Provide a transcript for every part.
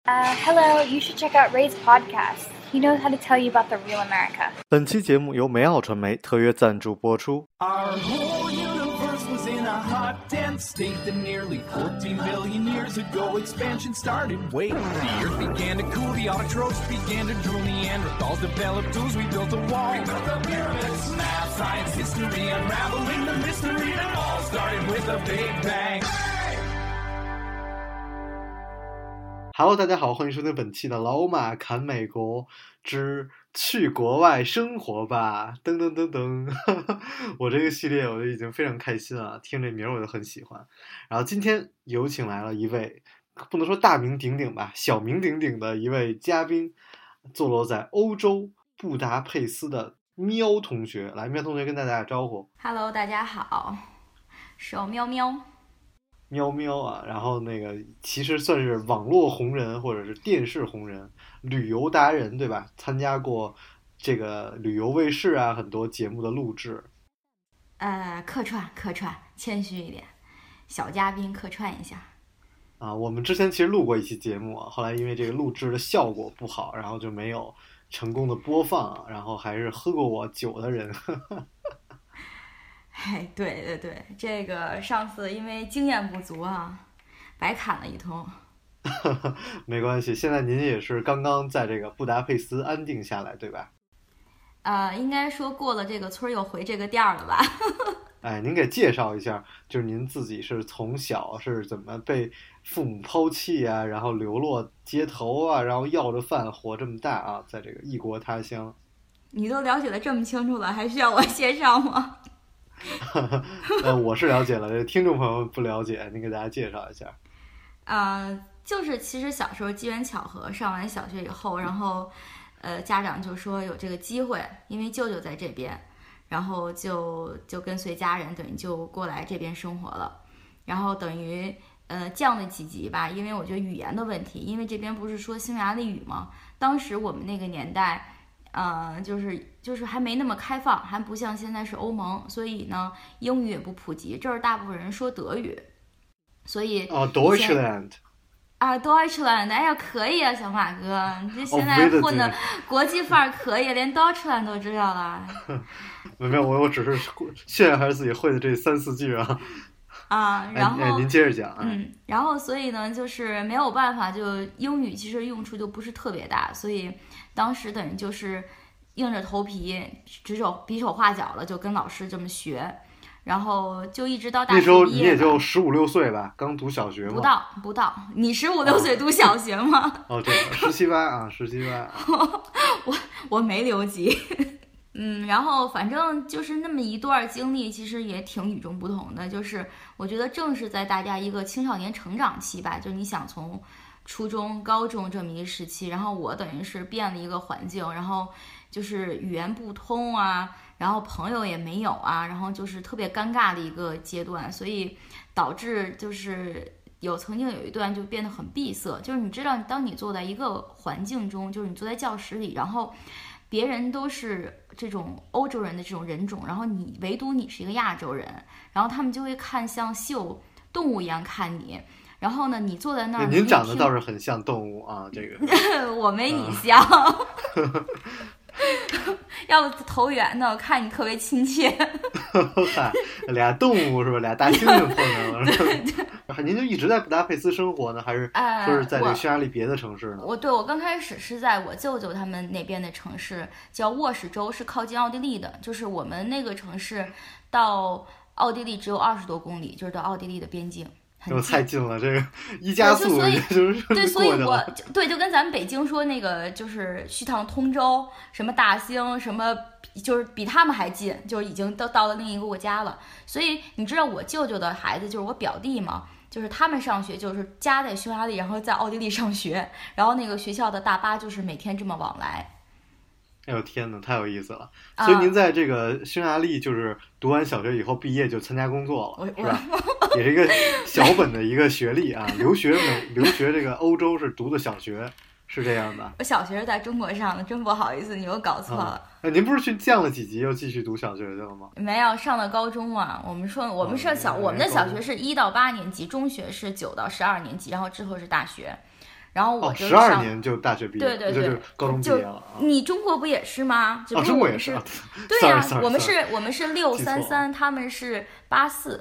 Hello, you should check out Ray's podcast. He knows how to tell you about the real America. 本期节目由梅奥传媒特约赞助播出。 Our whole universe was in a hot, dense state that nearly 14 billion years ago expansion started. Wait, the earth began to cool, the autotrophs began to drool, Neanderthals developed tools, we built a wall. We built the pyramids, math, science, history, unraveling the mystery that all started with a big bang. Hello， 大家好，欢迎收听本期的老马侃美国之去国外生活吧，噔噔噔噔。我这个系列我就已经非常开心了，听这名我就很喜欢。然后今天有请来了一位不能说大名鼎鼎吧，小名鼎鼎的一位嘉宾，坐落在欧洲布达佩斯的喵同学。来，喵同学跟大家打招呼。 Hello， 大家好，是我喵喵。 喵喵啊，然后那个其实算是网络红人或者是电视红人，旅游达人对吧？参加过这个旅游卫视啊很多节目的录制。 客串，谦虚一点，小嘉宾客串一下。 啊，我们之前其实录过一期节目，后来因为这个录制的效果不好，然后就没有成功的播放，然后还是喝过我酒的人。 哎，对，这个上次因为经验不足啊，白侃了一通。 没关系，现在您也是刚刚在这个布达佩斯安定下来，对吧？ 应该说过了这个村又回这个店了吧？ 哎，您给介绍一下，就是您自己是从小是怎么被父母抛弃啊，然后流落街头啊，然后要着饭活这么大啊，在这个异国他乡。 你都了解的这么清楚了，还需要我介绍吗？ 我是了解了，这听众朋友不了解，您给大家介绍一下。 就是其实小时候机缘巧合，上完小学以后，然后家长就说有这个机会，因为舅舅在这边，然后就跟随家人等于就过来这边生活了，然后等于降了几级吧，因为我觉得语言的问题，因为这边不是说匈牙利语吗？当时我们那个年代。就是还没那么开放，还不像现在是欧盟，所以呢，英语也不普及。这儿大部分人说德语，所以 Deutschland 啊 Deutschland， 哎呀，可以啊，小马哥，你这现在混的国际范儿可以，连 Deutschland 都知道了。 没有，我只是炫耀还是自己会的这3-4句啊。 然后您接着讲。 然后所以呢，就是没有办法，就英语其实用处就不是特别大，所以当时等于就是硬着头皮比手画脚了，就跟老师这么学，然后就一直到大学毕业。 那时候你也就15-16岁吧，刚读小学嘛。 不到，你15-16岁读小学吗？ 哦，对，17、18啊，17、18。 我没留级。然后反正就是那么一段经历，其实也挺与众不同的。就是我觉得正是在大家一个青少年成长期吧，就你想从初中、高中这么一个时期，然后我等于是变了一个环境，然后就是语言不通啊，然后朋友也没有啊，然后就是特别尴尬的一个阶段，所以导致就是曾经有一段就变得很闭塞。就是你知道，当你坐在一个环境中，就是你坐在教室里，然后别人都是这种欧洲人的这种人种，然后唯独你是一个亚洲人，然后他们就会看像稀有动物一样看你。然后呢，你坐在那儿， 您长得倒是很像动物啊，这个。 我没你像。要不投缘呢？我看你特别亲切。 嗨，俩动物是吧？俩大猩猩碰上了。对。您就一直在布达佩斯生活呢，还是说是在这个匈牙利别的城市呢？ 我刚开始是在我舅舅他们那边的城市，叫沃什州，是靠近奥地利的。就是我们那个城市到奥地利只有20多公里，就是到奥地利的边境。 太近了，这个1加速就是对，所以就跟咱们北京说那个就是去趟通州，什么大兴，什么就是比他们还近，就是已经到了另一个国家了。所以你知道我舅舅的孩子就是我表弟嘛，就是他们上学就是家在匈牙利，然后在奥地利上学，然后那个学校的大巴就是每天这么往来。 哎呦天哪，太有意思了！所以您在这个匈牙利就是读完小学以后毕业就参加工作了，是吧？也是一个小本的一个学历啊。留学这个欧洲是读的小学，是这样的。 我小学是在中国上的，真不好意思，你又搞错了。 您不是去降了几级又继续读小学去了吗？ 没有，上了高中嘛。我们的小学是1到8年级，中学是9到12年级，然后之后是大学。 然后我就 12年就大学毕业， 对， 就高中毕业了。 你中国不也是吗？ 中国也是。 对呀， sorry, 我们是633，他们是84。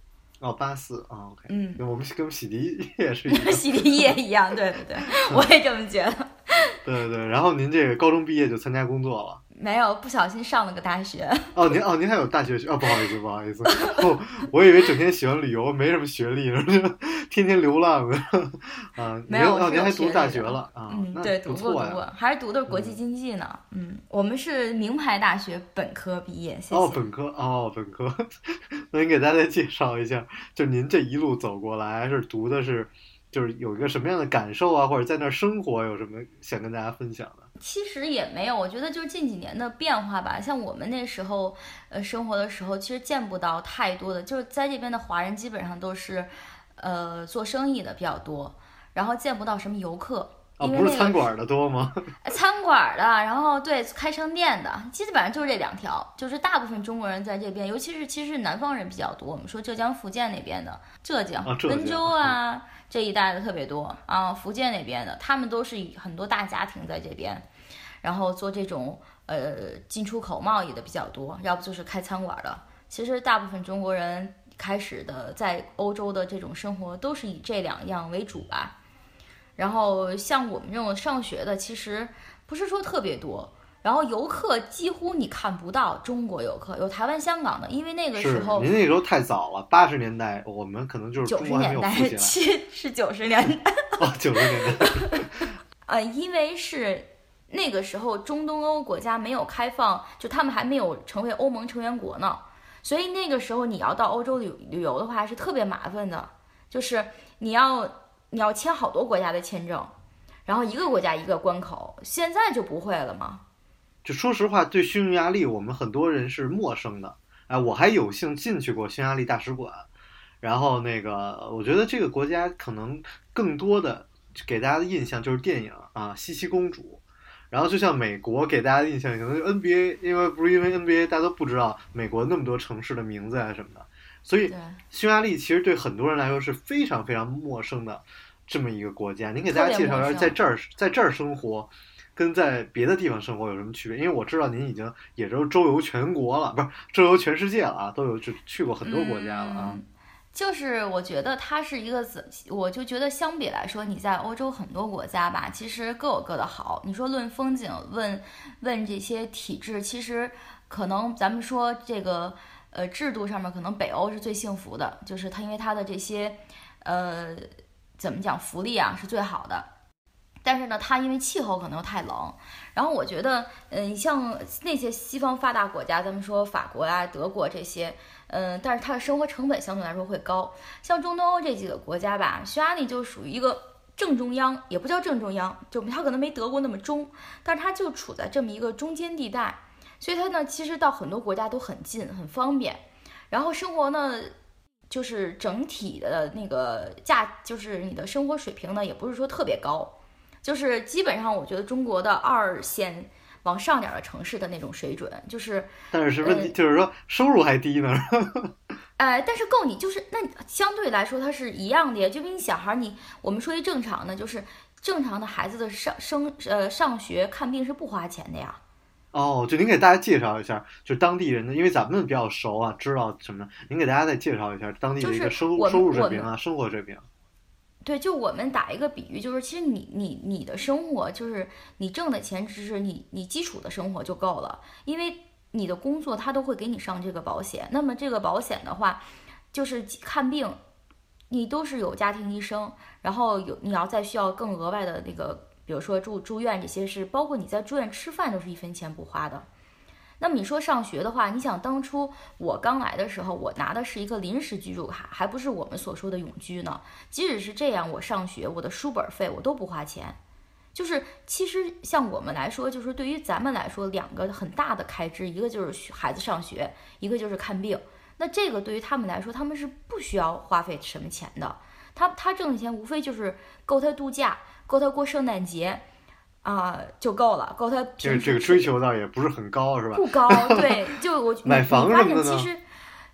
84啊 ，OK，我们跟洗涤液是一样， 洗涤液一样，对，我也这么觉得。 对，然后您这个高中毕业就参加工作了？ 没有，不小心上了个大学。 您还有大学不好意思，我以为整天喜欢旅游，没什么学历，天天流浪的啊。 没有， 您还读大学了啊？ 对，读过，还是读的国际经济呢。我们是名牌大学本科毕业，谢谢。 本科。那您给大家介绍一下，就您这一路走过来，是读的是，就是有一个什么样的感受啊，或者在那儿生活有什么想跟大家分享的？ 其实也没有，我觉得就是近几年的变化吧。像我们那时候，生活的时候，其实见不到太多的，就是在这边的华人基本上都是，做生意的比较多，然后见不到什么游客。 不是餐馆的多吗？ 餐馆的，然后对开商店的，基本上就是这2条。就是大部分中国人在这边，尤其是其实南方人比较多。我们说浙江、福建那边的，浙江、温州啊这一带的特别多啊，福建那边的，他们都是很多大家庭在这边，然后做这种进出口贸易的比较多，要不就是开餐馆的。其实大部分中国人开始的在欧洲的这种生活都是以这2样为主吧。然后像我们这种上学的，其实不是说特别多，然后游客几乎你看不到中国游客，有台湾、香港的，因为那个时候您那时候太早了，80年代我们可能就是中国还没有富起来， 是90年代 90年代因为是那个时候中东欧国家没有开放，就他们还没有成为欧盟成员国呢，所以那个时候你要到欧洲旅游的话是特别麻烦的，就是你要签好多国家的签证，然后一个国家一个关口，现在就不会了吗？ 就说实话，对匈牙利我们很多人是陌生的。我还有幸进去过匈牙利大使馆，然后我觉得这个国家可能更多的给大家的印象就是电影啊，茜茜公主。然后就像美国给大家的印象可能就 NBA， 因为 NBA 大家都不知道美国那么多城市的名字啊什么的，所以匈牙利其实对很多人来说是非常非常陌生的这么一个国家。您给大家介绍一下在这儿生活跟在别的地方生活有什么区别？因为我知道您已经也就周游全国了，不是周游全世界了啊，都有去过很多国家了啊。 就是我觉得它是一个，我就觉得相比来说，你在欧洲很多国家吧，其实各有各的好。你说论风景，问这些体制，其实可能咱们说这个制度上面，可能北欧是最幸福的，就是它因为它的这些怎么讲福利啊是最好的。但是呢，它因为气候可能太冷，然后我觉得，像那些西方发达国家，咱们说法国啊、德国这些，但是它的生活成本相对来说会高。像中东欧这几个国家吧，匈牙利就属于一个正中央，也不叫正中央，就它可能没德国那么中，但是它就处在这么一个中间地带，所以它呢，其实到很多国家都很近，很方便。然后生活呢，就是整体的那个就是你的生活水平呢，也不是说特别高。就是基本上，我觉得中国的2线往上点的城市的那种水准，就是， 但是问题就是说收入还低呢。 但是够你就是那相对来说它是一样的呀，就跟你小孩我们说一正常的，就是正常的孩子的上学看病是不花钱的呀。 就您给大家介绍一下，就是当地人的，因为咱们比较熟啊，知道什么，您给大家再介绍一下当地的一个收入水平啊，生活水平。 对，就我们打一个比喻，就是其实你的生活，就是你挣的钱，只是你基础的生活就够了，因为你的工作它都会给你上这个保险。那么这个保险的话，就是看病，你都是有家庭医生，然后你要再需要更额外的那个，比如说住院这些是，包括你在住院吃饭都是1分钱不花的。那么你说上学的话，你想当初我刚来的时候，我拿的是一个临时居住卡，还不是我们所说的永居呢。即使是这样，我上学我的书本费我都不花钱。就是其实像我们来说，就是对于咱们来说2个很大的开支，一个就是孩子上学，一个就是看病。那这个对于他们来说，他们是不需要花费什么钱的。他挣的钱无非就是够他度假，够他过圣诞节。就够了，够他平时。 这个追求倒也不是很高，是吧？ 不高，对，就我买房什么的呢？ 其实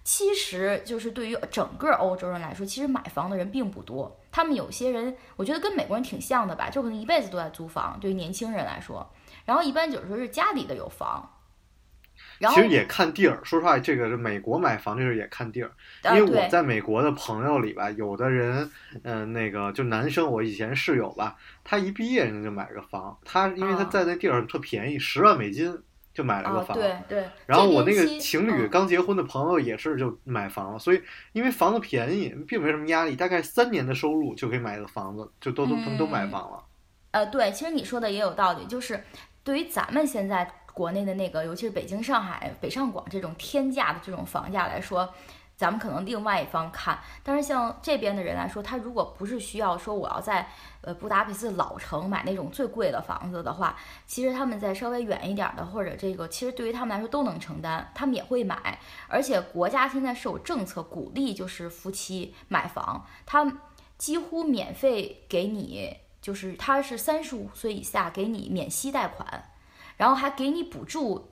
其实就是对于整个欧洲人来说，其实买房的人并不多。他们有些人，我觉得跟美国人挺像的吧，就可能一辈子都在租房。对于年轻人来说，然后一般有时候是家里的有房。然后其实也看地儿，说实话，这个是美国买房这事也看地儿，因为我在美国的朋友里吧，有的人，那个就男生，我以前室友吧，他一毕业人家就买个房，他因为他在那地儿特便宜，10万美金就买了个房， 对。 然后我那个情侣刚结婚的朋友也是就买房了，所以因为房子便宜，并没什么压力，大概3年的收入就可以买个房子，就他们都买房了。 对，其实你说的也有道理，就是对于咱们现在国内的那个，尤其是北京、上海、北上广这种天价的这种房价来说，咱们可能另外一方看。但是像这边的人来说，他如果不是需要说我要在布达佩斯老城买那种最贵的房子的话，其实他们在稍微远一点的或者这个，其实对于他们来说都能承担，他们也会买。而且国家现在是有政策鼓励，就是夫妻买房，他几乎免费给你，就是他是35岁以下给你免息贷款。然后还给你补助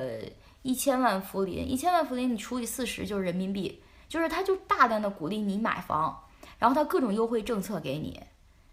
，1000万福林，1000万福林你除以40就是人民币，就是他就大胆的鼓励你买房，然后他各种优惠政策给你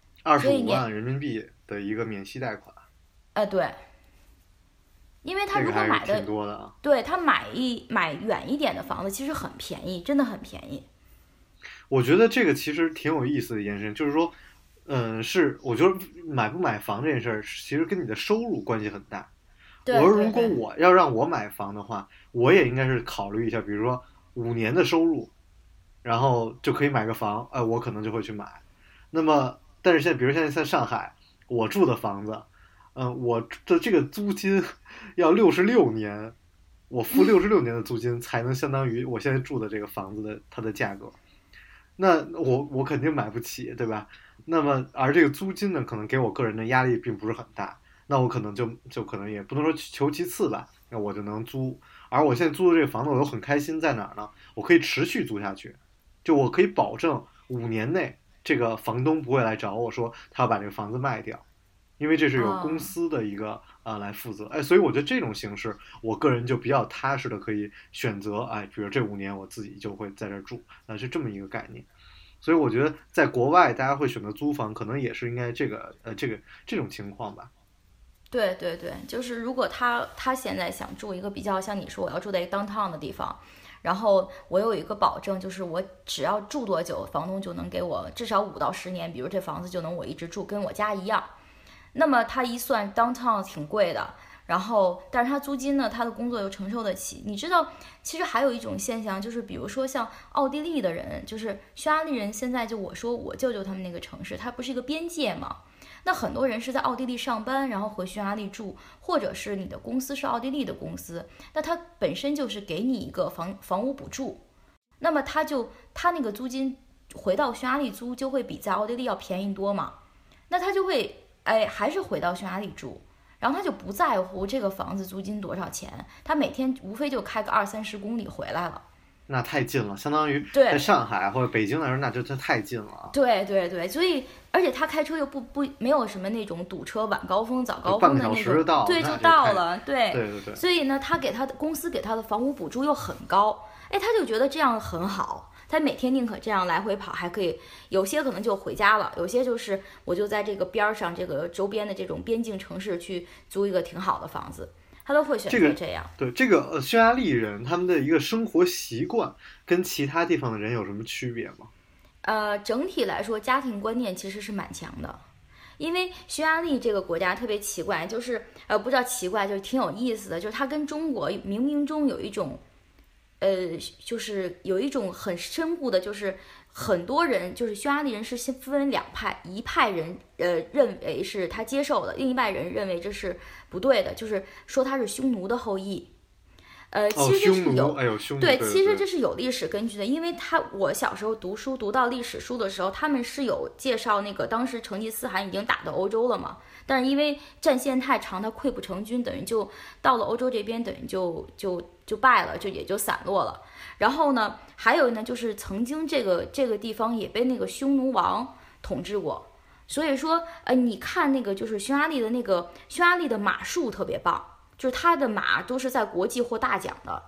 ，25万人民币的一个免息贷款。 对，因为他如果买的， 挺多的啊， 对他买远一点的房子，其实很便宜，真的很便宜。 我觉得这个其实挺有意思的一件事情，就是说，是我觉得买不买房这件事儿，其实跟你的收入关系很大。如果我要让我买房的话，我也应该是考虑一下，比如说5年的收入，然后就可以买个房，我可能就会去买。那么，但是比如现在在上海，我住的房子，我的这个租金要66年，我付66年的租金才能相当于我现在住的这个房子的它的价格，那我肯定买不起，对吧？那么而这个租金呢，可能给我个人的压力并不是很大。那我可能就可能也不能说求其次吧，那我就能租。而我现在租的这个房子，我又很开心，在哪儿呢？我可以持续租下去，就我可以保证5年内这个房东不会来找我说他要把这个房子卖掉，因为这是由公司的一个来负责。所以我觉得这种形式，我个人就比较踏实的可以选择，比如这5年我自己就会在这儿住，是这么一个概念。所以我觉得在国外大家会选择租房，可能也是应该这种情况吧。 对，就是如果他现在想住一个比较像你说我要住在一个 downtown 的地方，然后我有一个保证，就是我只要住多久，房东就能给我至少5到10年，比如这房子就能我一直住，跟我家一样。那么他一算 downtown 挺贵的，然后但是他租金呢，他的工作又承受得起。你知道，其实还有一种现象，就是比如说像奥地利的人，就是匈牙利人，现在就我说我舅舅他们那个城市，它不是一个边界吗？那很多人是在奥地利上班，然后回匈牙利住，或者是你的公司是奥地利的公司，那它本身就是给你一个房屋补助，那么他那个租金回到匈牙利租就会比在奥地利要便宜多嘛，那他就会还是回到匈牙利住，然后他就不在乎这个房子租金多少钱，他每天无非就开个20-30公里回来了。 那太近了，相当于在上海或者北京来说，那就太近了。 对，所以而且他开车又不没有什么那种堵车、晚高峰、早高峰的那种，对，就到了。对。所以呢，他给他的公司给他的房屋补助又很高，他就觉得这样很好。他每天宁可这样来回跑，还可以有些可能就回家了，有些就是我就在这个边上这个周边的这种边境城市去租一个挺好的房子。他都会选择这样。 对，这个匈牙利人他们的一个生活习惯跟其他地方的人有什么区别吗？ 整体来说，家庭观念其实是蛮强的。因为匈牙利这个国家特别奇怪，就是不知道奇怪，就是挺有意思的，就是它跟中国冥冥中有一种，就是有一种很深固的，就是很多人就是匈牙利人是分为2派，一派人认为是他接受的，另一派人认为这是不对的，就是说他是匈奴的后裔。其实这是有，对，其实这是有历史根据的，因为我小时候读书读到历史书的时候，他们是有介绍那个当时成吉思汗已经打到欧洲了嘛，但是因为战线太长，他溃不成军，等于就到了欧洲这边，等于就败了，就也就散落了。然后呢，还有呢，就是曾经这个地方也被那个匈奴王统治过，所以说你看那个就是匈牙利的马术特别棒。就是他的马都是在国际获大奖的，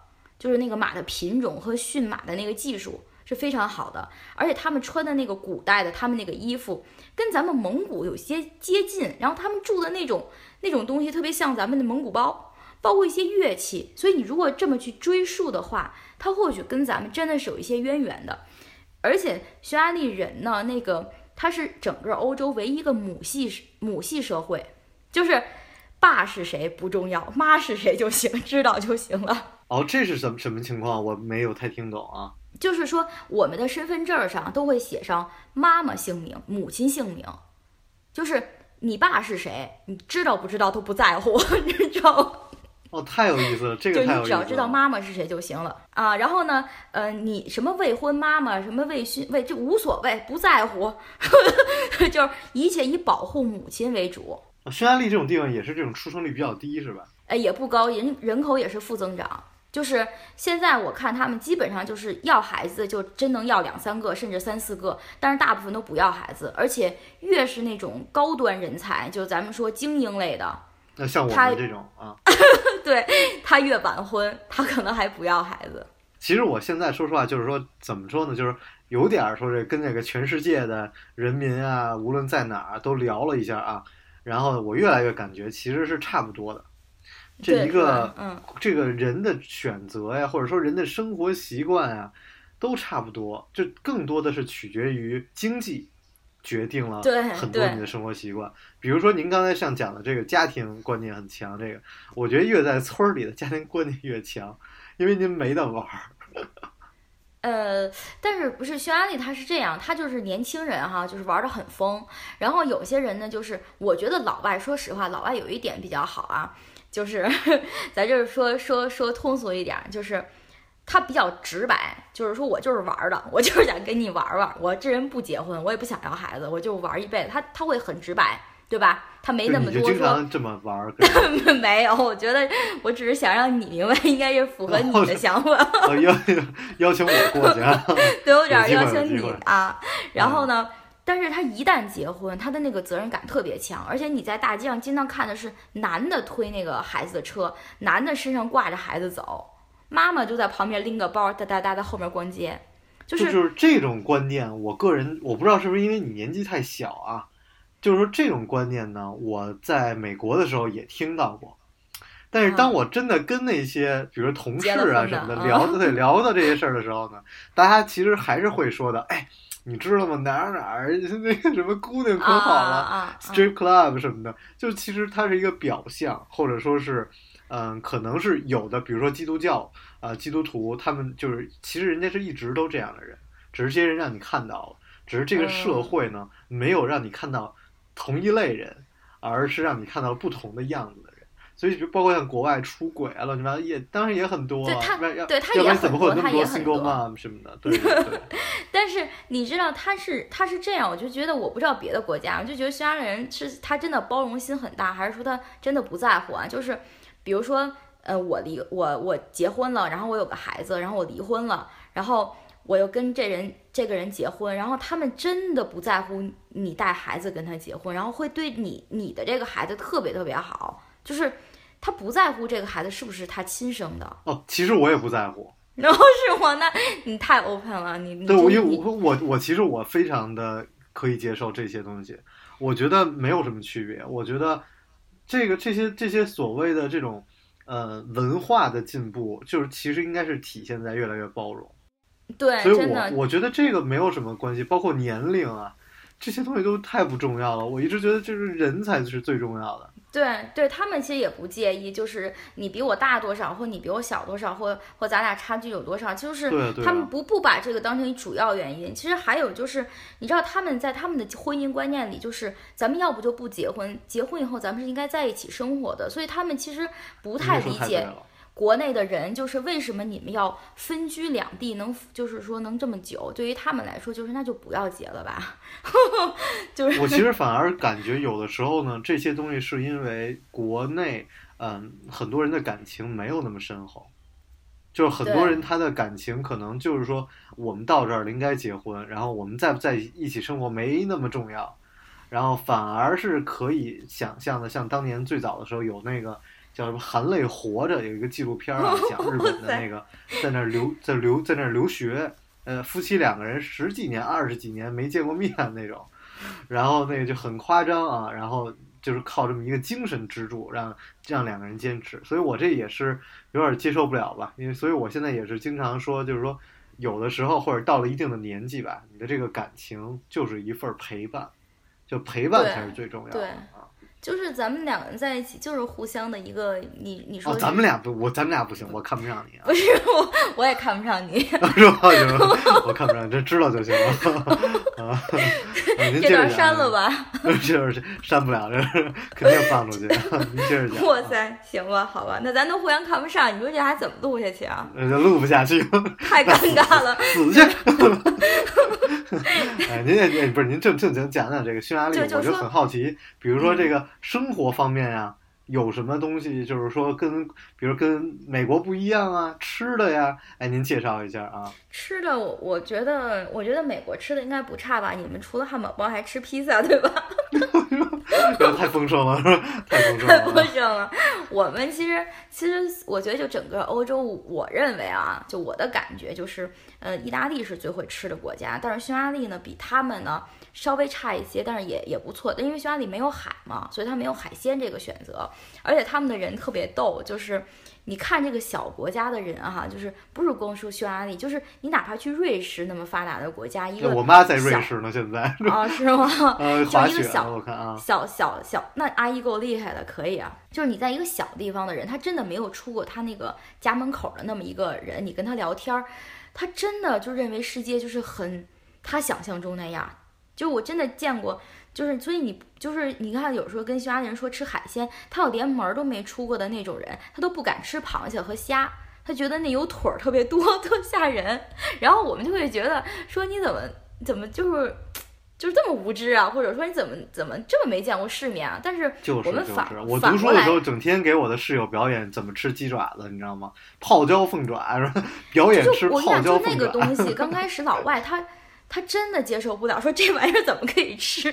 就是那个马的品种和驯马的那个技术是非常好的，而且他们穿的那个古代的他们那个衣服跟咱们蒙古有些接近，然后他们住的那种东西特别像咱们的蒙古包，包括一些乐器，所以你如果这么去追溯的话，它或许跟咱们真的是有一些渊源的。而且匈牙利人呢，那个它是整个欧洲唯一一个母系社会，就是爸是谁不重要，妈是谁就行，知道就行了。 哦，这是什么情况？我没有太听懂啊。 就是说我们的身份证上都会写上妈妈姓名、母亲姓名，就是你爸是谁，你知道不知道都不在乎，你知道吗？ 哦，太有意思了，这个太有意思了。 就你只要知道妈妈是谁就行了啊。然后呢，你什么未婚妈妈，什么未婚就无所谓，不在乎，就是一切以保护母亲为主。 匈牙利这种地方也是这种出生率比较低，是吧？ 也不高，人口也是负增长。就是现在我看他们基本上就是要孩子就真能要2、3个甚至3、4个，但是大部分都不要孩子，而且越是那种高端人才，就咱们说精英类的， 那像我们这种啊， 对，他越晚婚，他可能还不要孩子。 其实我现在说实话，就是说怎么说呢，就是有点说是跟这个全世界的人民啊，无论在哪儿都聊了一下啊，然后我越来越感觉其实是差不多的。这一个这个人的选择呀，或者说人的生活习惯啊，都差不多，就更多的是取决于经济决定了很多你的生活习惯。比如说您刚才像讲的这个家庭观念很强，这个我觉得越在村里的家庭观念越强，因为您没得玩但是不是匈牙利它是这样，它就是年轻人哈，就是玩得很疯，然后有些人呢，就是我觉得老外，说实话，老外有一点比较好啊，就是咱就是说通俗一点，就是他比较直白，就是说我就是玩的，我就是想跟你玩玩，我这人不结婚，我也不想要孩子，我就玩一辈子，他会很直白，对吧？他没那么多说。 你就经常这么玩？ 没有，我觉得我只是想让你明白，应该是符合你的想法。 邀请我过去啊？ 对，有点邀请你啊。然后呢？但是他一旦结婚，他的那个责任感特别强，而且你在大街上经常看的是男的推那个孩子的车，男的身上挂着孩子走，妈妈就在旁边拎个包，哒哒哒在后面逛街。 就是这种观念，我个人我不知道是不是因为你年纪太小啊，就是说这种观念呢，我在美国的时候也听到过，但是当我真的跟那些比如同事啊什么的聊到这些事儿的时候呢，大家其实还是会说的，哎。你知道吗？哪儿那个什么姑娘可好了，strip club 什么的，就其实它是一个表象，或者说是，可能是有的，比如说基督教基督徒，他们就是其实人家是一直都这样的人，只是这些人让你看到了，只是这个社会呢没有让你看到同一类人，而是让你看到不同的样子的人。所以就包括像国外出轨啊，乱七八糟也当然也很多， 对他也很多，他也很多 single mom 什么的，对对对。 但是你知道他是这样，我就觉得我不知道别的国家，我就觉得匈牙利人是他真的包容心很大，还是说他真的不在乎啊？就是比如说我结婚了，然后我有个孩子，然后我离婚了，然后我又跟这个人结婚，然后他们真的不在乎你带孩子跟他结婚，然后会对你的这个孩子特别特别好，就是他不在乎这个孩子是不是他亲生的。 哦，其实我也不在乎。 然后是我，那你太 open 了，你对，因为我其实我非常的可以接受这些东西，我觉得没有什么区别。我觉得这些所谓的这种文化的进步，就是其实应该是体现在越来越包容。 对， 所以我觉得这个没有什么关系，包括年龄啊，这些东西都太不重要了。我一直觉得就是人才是最重要的。 对，他们其实也不介意，就是你比我大多少，或你比我小多少，或咱俩差距有多少，就是他们不把这个当成一主要原因。其实还有就是，你知道他们在他们的婚姻观念里，就是咱们要不就不结婚，结婚以后咱们是应该在一起生活的，所以他们其实不太理解国内的人，就是为什么你们要分居两地，就是说能这么久，对于他们来说，就是那就不要结了吧。就是我其实反而感觉有的时候呢，这些东西是因为国内很多人的感情没有那么深厚，就是很多人他的感情可能就是说我们到这儿应该结婚，然后我们在不在一起生活没那么重要，然后反而是可以想象的，像当年最早的时候有那个叫什么《含泪活着》，有一个纪录片啊，讲日本的那个在那儿留学，夫妻2个人10几年、20几年没见过面那种，然后那个就很夸张啊，然后就是靠这么一个精神支柱让2个人坚持，所以我这也是有点接受不了吧，因为所以我现在也是经常说，就是说有的时候或者到了一定的年纪吧，你的这个感情就是一份陪伴，就陪伴才是最重要的啊。 就是咱们2个人在一起，就是互相的一个你说咱们俩不行，我看不上你啊。 不是我也看不上你， 是吧？我看不上你，这知道就行了啊。您接着讲， 这段删了吧？ 就是删不了，这肯定放出去。您接着讲。 哇塞，行吧，好吧，那咱都互相看不上，你说这还怎么录下去啊？ 就录不下去了， 太尴尬了， 死去。哎，您也不是您正经讲讲这个匈牙利，我就很好奇，比如说这个生活方面呀，有什么东西就是说比如跟美国不一样啊，吃的呀，哎，您介绍一下啊。 吃的，我觉得美国吃的应该不差吧？你们除了汉堡包还吃披萨，对吧？ 太丰盛了，太丰盛了。 我们其实我觉得就整个欧洲，我认为啊，就我的感觉就是，意大利是最会吃的国家，但是匈牙利呢比他们呢稍微差一些，但是也不错。因为匈牙利没有海嘛，所以它没有海鲜这个选择，而且他们的人特别逗，就是你看这个小国家的人啊，就是不是光说匈牙利，就是你哪怕去瑞士那么发达的国家，一个我妈在瑞士呢，现在啊，是吗？ 滑雪就一个小， 我看啊， 小，那阿姨够厉害的，可以啊。就是你在一个小地方的人，他真的没有出过他那个家门口的那么一个人，你跟他聊天，他真的就认为世界就是很他想象中那样。就我真的见过，就是所以你看，有时候跟匈牙利人说吃海鲜，他有连门都没出过的那种人，他都不敢吃螃蟹和虾，他觉得那有腿儿特别多，特吓人。然后我们就会觉得说你怎么就是这么无知啊，或者说你怎么这么没见过世面啊？但是我们我读书的时候整天给我的室友表演怎么吃鸡爪子，你知道吗？泡椒凤爪，表演吃泡椒凤爪。 就那个东西，刚开始老外他真的接受不了，说这玩意儿怎么可以吃？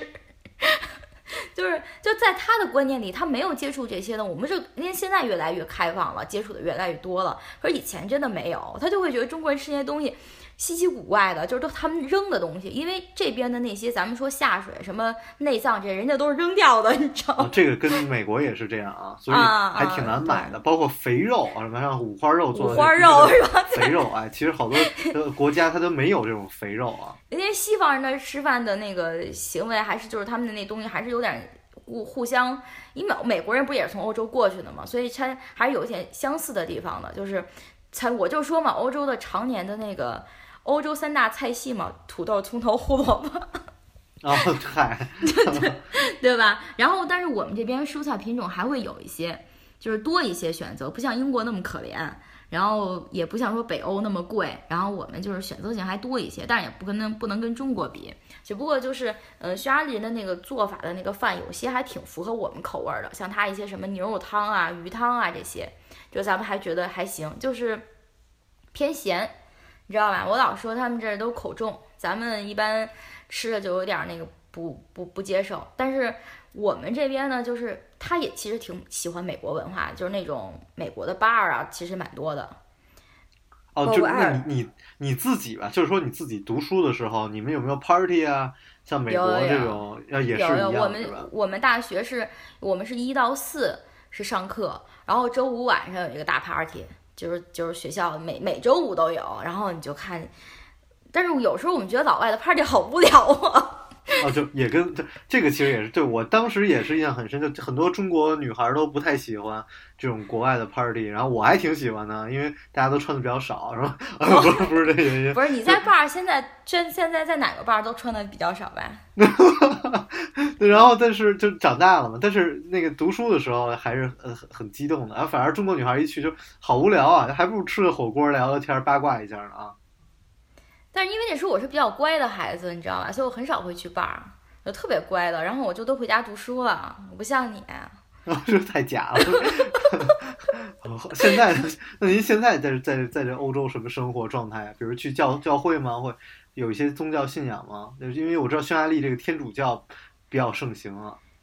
就在他的观念里，他没有接触这些的。我们因为现在越来越开放了，接触的越来越多了，可是以前真的没有，他就会觉得中国人吃那些东西稀奇古怪的，就是都他们扔的东西。因为这边的那些咱们说下水什么内脏这些，人家都是扔掉的，你知道吗？ 这个跟美国也是这样啊，所以还挺难买的。包括肥肉啊，什么像五花肉做的， 五花肉是吧？ 肥肉哎，其实好多国家它都没有这种肥肉啊。 因为西方人的吃饭的那个行为，还是就是他们的那东西还是有点互相，因为美国人不也是从欧洲过去的嘛，所以它还是有一些相似的地方的。就是我就说嘛，欧洲的常年的那个欧洲3大菜系嘛，土豆、葱头、胡萝卜。 哦，嗨， 对吧？然后，但是我们这边蔬菜品种还会有一些，就是多一些选择，不像英国那么可怜，然后也不像说北欧那么贵，然后我们就是选择性还多一些，但是也不能跟中国比。只不过就是匈牙利人的那个做法的那个饭，有些还挺符合我们口味的，像他一些什么牛肉汤啊、鱼汤啊这些，就咱们还觉得还行，就是偏咸，你知道吧？我老说他们这儿都口重，咱们一般吃的就有点那个不接受。但是我们这边呢，就是他也其实挺喜欢美国文化，就是那种美国的 bar 啊，其实蛮多的。 哦，就那你自己吧，就是说你自己读书的时候，你们有没有 party 啊？像美国这种也是一样， 我们大学我们是1到4是上课，然后周五晚上有一个大 party， 就是学校每周五都有，然后你就看。但是有时候我们觉得老外的 party 好无聊啊。 就也跟这个其实也是对我当时也是印象很深，就很多中国女孩都不太喜欢这种国外的 party， 然后我还挺喜欢的，因为大家都穿的比较少，是吧？不是这个原因。 不是你在 bar 现在在哪个 bar 都穿的比较少吧？ 然后但是就长大了嘛，但是那个读书的时候还是很激动的，反而中国女孩一去就好无聊啊，还不如吃个火锅聊聊天八卦一下呢啊。 但是因为那时候我是比较乖的孩子，你知道吧？所以我很少会去 bar， 我特别乖的。然后我就都回家读书了，我不像你。 这太假了。现在，那您现在在这欧洲什么生活状态？比如去教会吗？会有一些宗教信仰吗？因为我知道匈牙利这个天主教比较盛行啊。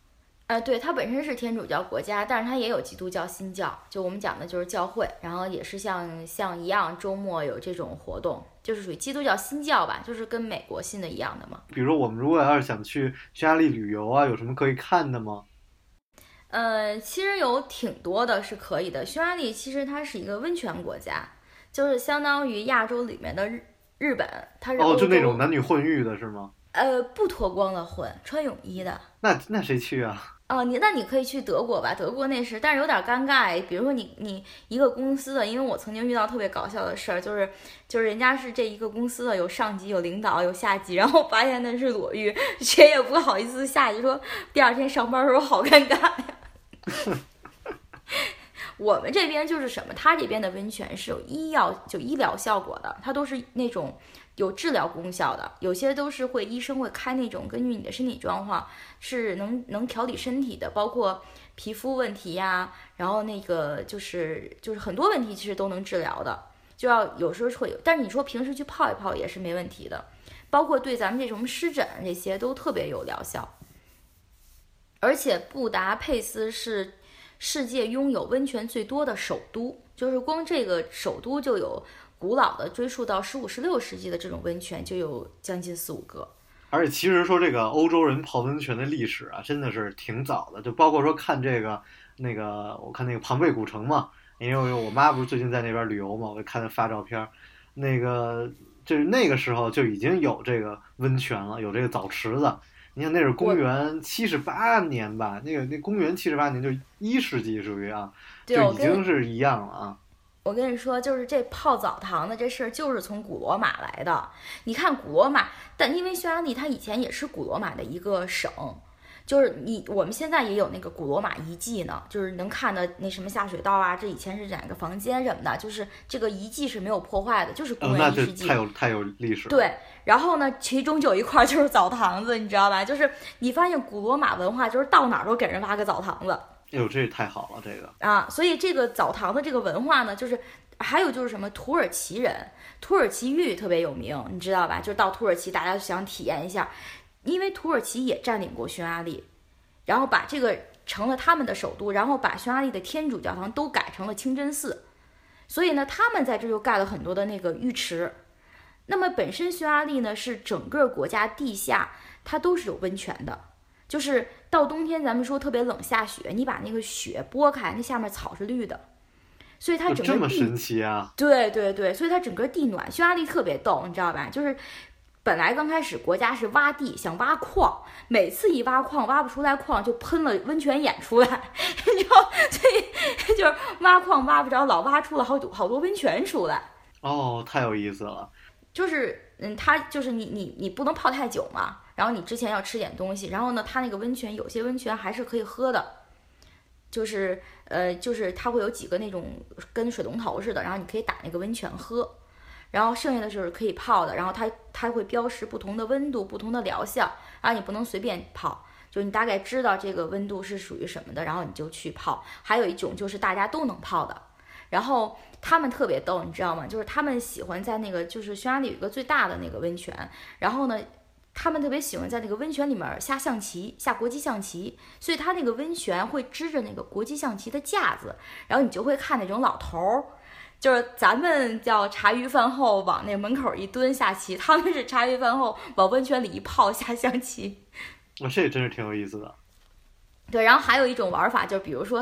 对，它本身是天主教国家，但是它也有基督教新教，就我们讲的就是教会，然后也是像一样周末有这种活动，就是属于基督教新教吧，就是跟美国信的一样的嘛。 比如我们如果要是想去匈牙利旅游啊，有什么可以看的吗？ 其实有挺多的是可以的。匈牙利其实它是一个温泉国家，就是相当于亚洲里面的日本，它是欧洲就那种男女混浴的是吗？ 不脱光了混，穿泳衣的。 那谁去啊？ 那你可以去德国吧，德国那是，但是有点尴尬。比如说你一个公司的，因为我曾经遇到特别搞笑的事儿，就是人家是这一个公司的，有上级、有领导、有下级，然后发现那是裸浴，谁也不好意思下去，说第二天上班的时候好尴尬呀。我们这边就是什么，它这边的温泉是有医疗效果的，它都是那种有治疗功效的，有些都是医生会开那种根据你的身体状况是能调理身体的，包括皮肤问题呀，然后那个就是很多问题其实都能治疗的，就要有时候会有，但是你说平时去泡一泡也是没问题的，包括对咱们这种湿疹这些都特别有疗效。而且布达佩斯是世界拥有温泉最多的首都，就是光这个首都就有古老的追溯到15、16世纪的这种温泉就有将近4、5个。 而且其实说这个欧洲人泡温泉的历史啊，真的是挺早的，就包括说看我看那个庞贝古城嘛，因为我妈不是最近在那边旅游嘛，我就看她发照片，就是那个时候就已经有这个温泉了，有这个澡池子。你看那是公元78年吧，那公元78年就1世纪属于啊，就已经是一样了啊。 我跟你说，就是这泡澡堂的这事儿，就是从古罗马来的。你看古罗马，但因为匈牙利它以前也是古罗马的一个省，就是我们现在也有那个古罗马遗迹呢，就是能看的那什么下水道啊，这以前是哪个房间什么的，就是这个遗迹是没有破坏的，就是公元1世纪。 太有历史了。 对，然后呢，其中就有一块就是澡堂子，你知道吧？就是你发现古罗马文化就是到哪儿都给人挖个澡堂子。 哎呦，这也太好了，这个啊！所以这个澡堂的这个文化呢，就是还有就是什么土耳其人，土耳其浴特别有名，你知道吧？就是到土耳其，大家想体验一下，因为土耳其也占领过匈牙利，然后把这个成了他们的首都，然后把匈牙利的天主教堂都改成了清真寺，所以呢，他们在这就盖了很多的那个浴池。那么本身匈牙利呢是整个国家地下它都是有温泉的。就是到冬天，咱们说特别冷下雪，你把那个雪拨开，那下面草是绿的，所以它整个这么神奇啊！ 对对对，所以它整个地暖。匈牙利特别逗，你知道吧？就是本来刚开始国家是挖地，想挖矿，每次一挖矿挖不出来矿，就喷了温泉眼出来，你知道，所以就是挖矿挖不着，老挖出了好多温泉出来。 哦，太有意思了。 就是它就是你不能泡太久嘛。然后你之前要吃点东西，然后呢，它那个温泉有些温泉还是可以喝的，就是它会有几个那种跟水龙头似的，然后你可以打那个温泉喝，然后剩下的就是可以泡的，然后它会标识不同的温度、不同的疗效，然后你不能随便泡，就你大概知道这个温度是属于什么的，然后你就去泡。还有一种就是大家都能泡的，然后他们特别逗，你知道吗？就是他们喜欢在那个就是匈牙利有一个最大的那个温泉，然后呢。他们特别喜欢在那个温泉里面下象棋，下国际象棋，所以他那个温泉会支着那个国际象棋的架子，然后你就会看那种老头儿，就是咱们叫茶余饭后往那门口一蹲下棋，他们是茶余饭后往温泉里一泡下象棋。 这真是挺有意思的。 对，然后还有一种玩法，就比如说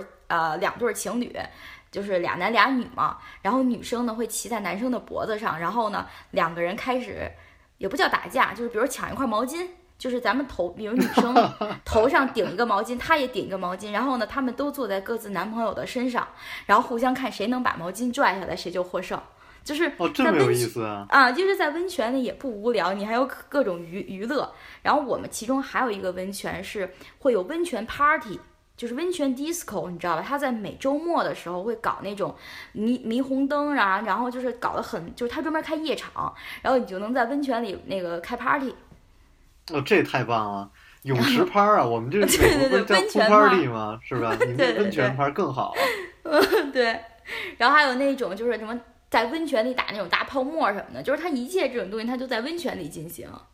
2对情侣。就是俩男俩女嘛，然后女生呢会骑在男生的脖子上，然后呢2个人开始。也不叫打架，就是比如抢一块毛巾，就是咱们比如女生头上顶一个毛巾，她也顶一个毛巾，然后呢，他们都坐在各自男朋友的身上，然后互相看谁能把毛巾拽下来，谁就获胜。就是这么有意思啊！就是在温泉里也不无聊，你还有各种娱乐。然后我们其中还有一个温泉是会有温泉 party。就是温泉 disco， 你知道吧？他在每周末的时候会搞那种霓虹灯啊，然后就是搞得很，就是他专门开夜场，然后你就能在温泉里那个开 party。 这太棒了！泳池趴啊，我们这对不叫 pool party 吗？是吧？你们温泉趴更好啊。 对，然后还有那种就是什么在温泉里打那种大泡沫什么的，就是它一切这种东西它就在温泉里进行。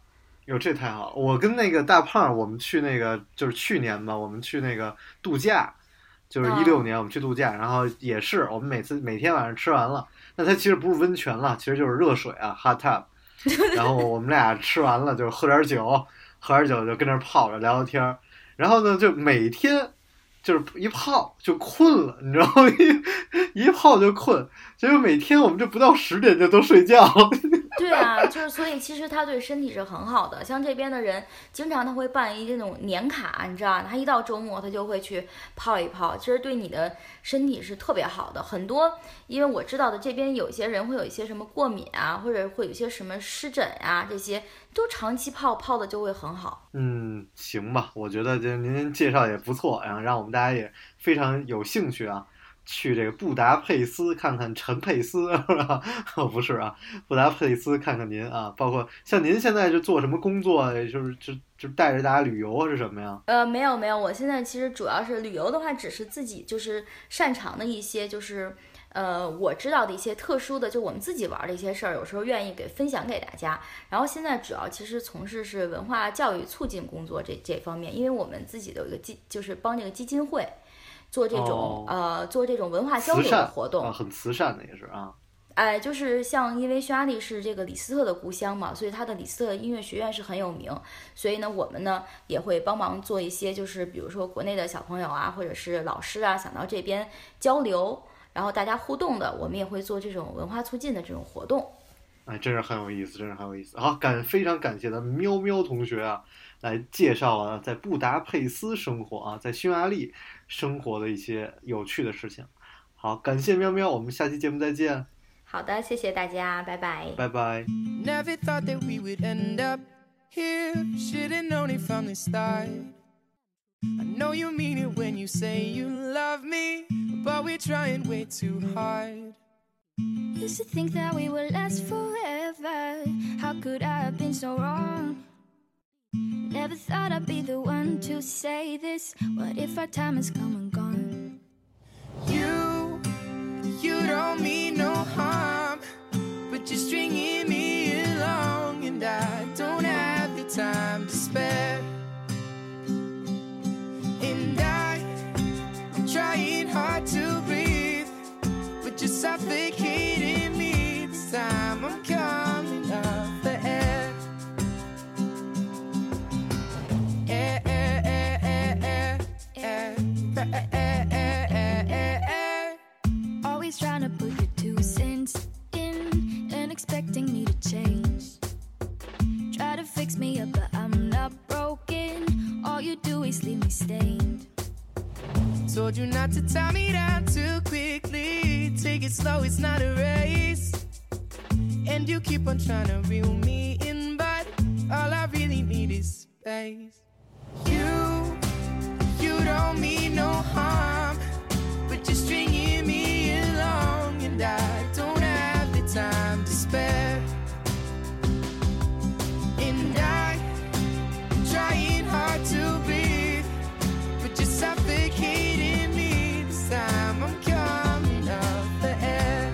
哟，这太好了！我跟那个大胖，我们去那个就是去年吧，我们去那个度假，就是16年我们去度假，然后也是我们每天晚上吃完了，那它其实不是温泉了，其实就是热水啊 ，hot tub。然后我们俩吃完了就喝点酒就跟那儿泡着聊聊天，然后呢就每天就是一泡就困了，你知道吗？一泡就困，结果每天我们就不到10点就都睡觉。 对啊，就是所以其实它对身体是很好的。像这边的人，经常他会办这种年卡，你知道，他一到周末他就会去泡一泡，其实对你的身体是特别好的。很多，因为我知道的这边有些人会有一些什么过敏啊，或者会有一些什么湿疹啊，这些都长期泡的就会很好。 行吧，我觉得这您介绍也不错，然后让我们大家也非常有兴趣啊。去这个布达佩斯看看陈佩斯，不是啊，布达佩斯看看您啊，包括像您现在是做什么工作？就带着大家旅游是什么呀？ 没有，我现在其实主要是旅游的话，只是自己就是擅长的一些，就是我知道的一些特殊的，就我们自己玩的一些事儿，有时候愿意分享给大家。然后现在主要其实从事是文化教育促进工作这方面，因为我们自己的有一个就是帮这个基金会。做这种做这种文化交流的活动， 很慈善的也是啊。 就是像因为匈牙利是这个李斯特的故乡嘛，所以他的李斯特音乐学院是很有名，所以呢，我们呢也会帮忙做一些，就是比如说国内的小朋友啊，或者是老师啊，想到这边交流，然后大家互动的，我们也会做这种文化促进的这种活动。 真是很有意思，真是很有意思。好，非常感谢咱们喵喵同学啊，来介绍了在布达佩斯生活啊，在匈牙利生活的一些有趣的事情。好，感谢喵喵，我们下期节目再见。 好的，谢谢大家，拜拜。 拜拜。 Never thought that we would end up here. Should've known it from the start. I know you mean it when you say you love me, but we're trying way too hard. Used to think that we would last forever. How could I have been so wrong? Never thought I'd be the one to say this. What if our time has come and gone? You don't mean no harm, but you're stringing me along, and I don't have the time to spare. And I'm trying hard to breathe, but you're suffocating me. This time I'm coming off the air. Air, air, air, air, air, air, air, air, air, air, air. Always trying to put your 2 cents in and expecting me to change. Try to fix me up, but I'm not broken. All you do is leave me stained. Told you not to tie me down too quickly. Take it slow, it's not a race. And you keep on trying to reel me in, but all I really need is space. You don't mean no harm, but you're stringing me along, and I don't have the time to spare. And I'm trying hard to breathe, but you're suffocating me. This time I'm coming off the air.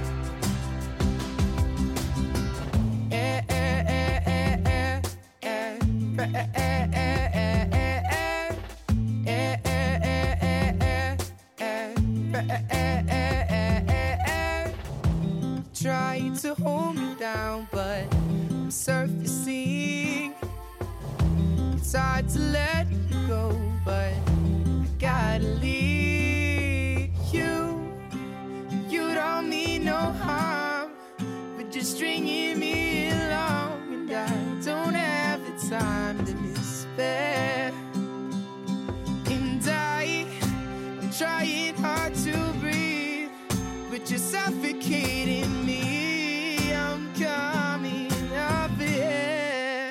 Air, air, air, air, air, air, air, air, air, air, air. Air, air, air, air, air, air, air, air, air, air, air. Try to hold me down, but I'm surfacing. It's hard to let you go, but I gotta leave you. You don't mean no harm, but you're stringing me along, and I don't have the time to despair. And I'm trying hard to breathe, but you're suffocating me. I'm coming up here.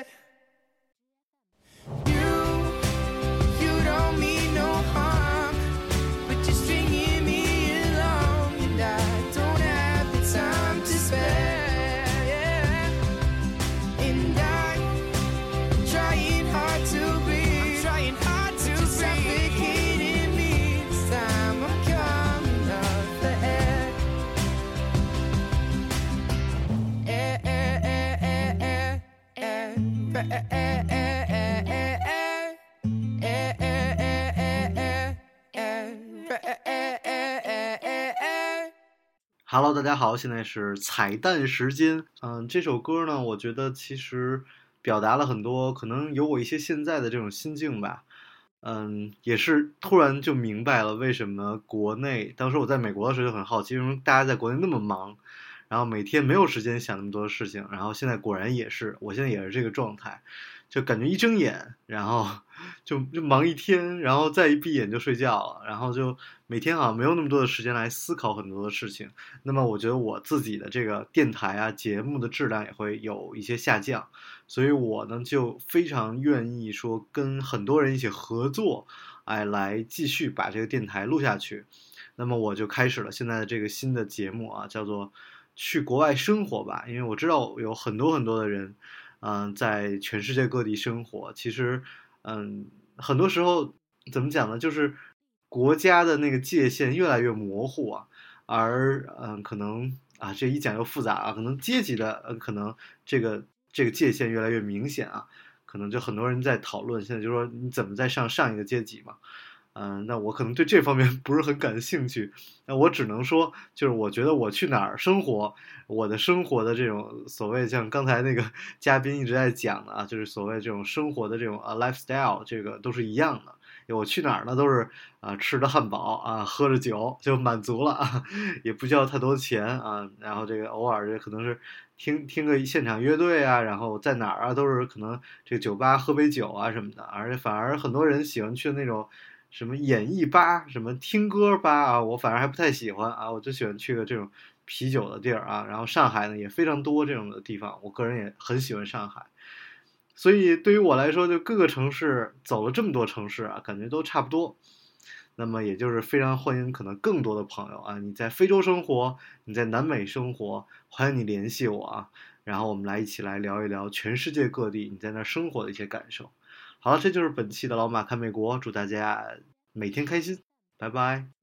You don't mean no harm, but you're stringing me along, and I don't have the time to spare. Yeah. And I'm trying hard to breathe. I'm trying hard to breathe. Suffocating me. This time I'm coming off the air. Hello， 大家好，现在是彩蛋时间。这首歌呢，我觉得其实表达了很多，可能有我一些现在的这种心境吧。也是突然就明白了为什么国内，当时我在美国的时候就很好奇，为什么大家在国内那么忙，然后每天没有时间想那么多的事情，然后现在果然也是，我现在也是这个状态，就感觉一睁眼，然后就忙一天，然后再一闭眼就睡觉了，然后就每天好像没有那么多的时间来思考很多的事情。那么我觉得我自己的这个电台啊节目的质量也会有一些下降，所以我呢就非常愿意说跟很多人一起合作，来继续把这个电台录下去。那么我就开始了现在的这个新的节目啊，叫做去国外生活吧。因为我知道有很多很多的人，在全世界各地生活。其实，很多时候怎么讲呢？就是国家的那个界限越来越模糊啊，而可能啊，这一讲又复杂啊，可能阶级的可能这个界限越来越明显啊，可能就很多人在讨论，现在就说你怎么在上一个阶级嘛。那我可能对这方面不是很感兴趣，那我只能说，就是我觉得我去哪儿生活，我的生活的这种所谓像刚才那个嘉宾一直在讲的啊，就是所谓这种生活的这种lifestyle，这个都是一样的。我去哪儿呢，都是吃着汉堡啊，喝着酒就满足了啊，也不需要太多钱啊。然后这个偶尔这可能是听个现场乐队啊，然后在哪儿啊都是可能这个酒吧喝杯酒啊什么的，而且反而很多人喜欢去那种什么演艺吧，什么听歌吧啊，我反而还不太喜欢啊，我就喜欢去个这种啤酒的地儿啊。然后上海呢也非常多这种的地方，我个人也很喜欢上海。所以对于我来说，就各个城市走了这么多城市啊，感觉都差不多。那么也就是非常欢迎可能更多的朋友啊，你在非洲生活，你在南美生活，欢迎你联系我啊，然后我们一起来聊一聊全世界各地你在那生活的一些感受。好了，这就是本期的老马看美国，祝大家每天开心，拜拜。